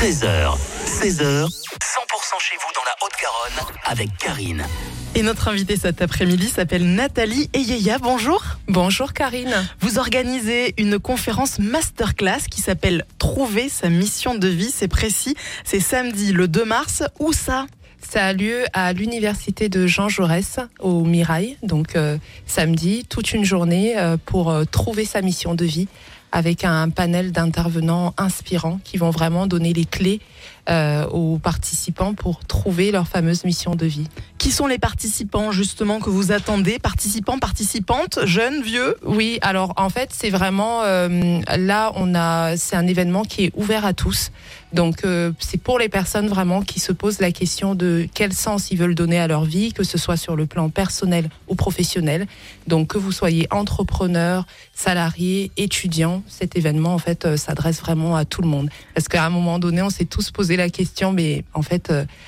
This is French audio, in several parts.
13h, 16h, 100% chez vous dans la Haute-Garonne avec Karine. Et notre invitée cet après-midi s'appelle Nathalie Eyeya. Bonjour. Bonjour Karine. Vous organisez une conférence masterclass qui s'appelle « Trouver sa mission de vie ». C'est précis, c'est samedi le 2 mars. Où ça ? Ça a lieu à l'université de Jean Jaurès, au Mirail. Donc samedi, toute une journée pour trouver sa mission de vie, avec un panel d'intervenants inspirants qui vont vraiment donner les clés aux participants pour trouver leur fameuse mission de vie. Qui sont les participants justement que vous attendez ? Participants, participantes, jeunes, vieux ? Oui, alors en fait c'est vraiment c'est un événement qui est ouvert à tous. Donc c'est pour les personnes vraiment qui se posent la question de quel sens ils veulent donner à leur vie, que ce soit sur le plan personnel ou professionnel. Donc que vous soyez entrepreneur, salarié, étudiant, cet événement en fait s'adresse vraiment à tout le monde. Parce qu'à un moment donné, on s'est tous posé la question, mais en fait,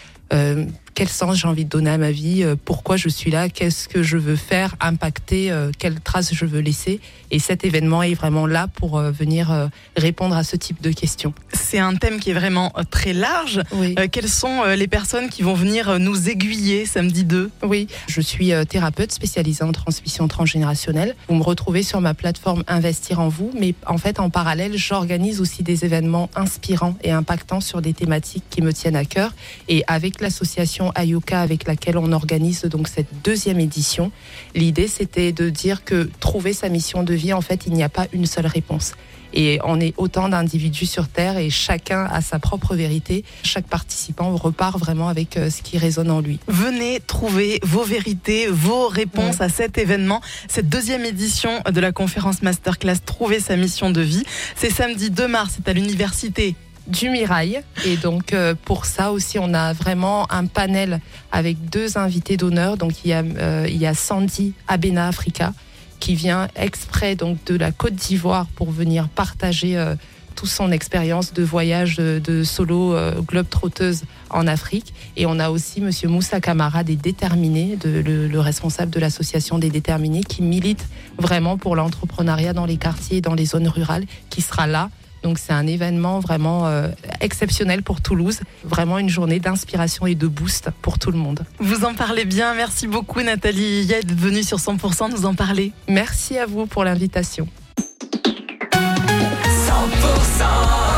quel sens j'ai envie de donner à ma vie, pourquoi je suis là, qu'est-ce que je veux faire, impacter, quelle trace je veux laisser. Et cet événement est vraiment là pour venir répondre à ce type de questions. C'est un thème qui est vraiment très large. Oui. Quelles sont les personnes qui vont venir nous aiguiller samedi 2 ? Oui, je suis thérapeute spécialisée en transmission transgénérationnelle. Vous me retrouvez sur ma plateforme Investir en vous, mais en fait en parallèle, j'organise aussi des événements inspirants et impactants sur des thématiques qui me tiennent à cœur. Et avec l'association Ayoka avec laquelle on organise donc cette deuxième édition, l'idée c'était de dire que trouver sa mission de vie, en fait, il n'y a pas une seule réponse. Et on est autant d'individus sur Terre et chacun a sa propre vérité. Chaque participant repart vraiment avec ce qui résonne en lui. Venez trouver vos vérités, vos réponses à cet événement. Cette deuxième édition de la conférence masterclass Trouver sa mission de vie. C'est samedi 2 mars, c'est à l'université du Mirail. Et donc pour ça aussi, on a vraiment un panel avec 2 invités d'honneur. Donc il y a Sandy Abena Africa qui vient exprès donc de la Côte d'Ivoire pour venir partager toute son expérience de voyage de solo globe-trotteuse en Afrique. Et on a aussi monsieur Moussa Camara des Déterminés, le responsable de l'association des Déterminés, qui milite vraiment pour l'entrepreneuriat dans les quartiers et dans les zones rurales, qui sera là. Donc c'est un événement vraiment exceptionnel pour Toulouse, vraiment une journée d'inspiration et de boost pour tout le monde. Vous en parlez bien, merci beaucoup Nathalie Eyeya d'être venue sur 100% nous en parler. Merci à vous pour l'invitation. 100%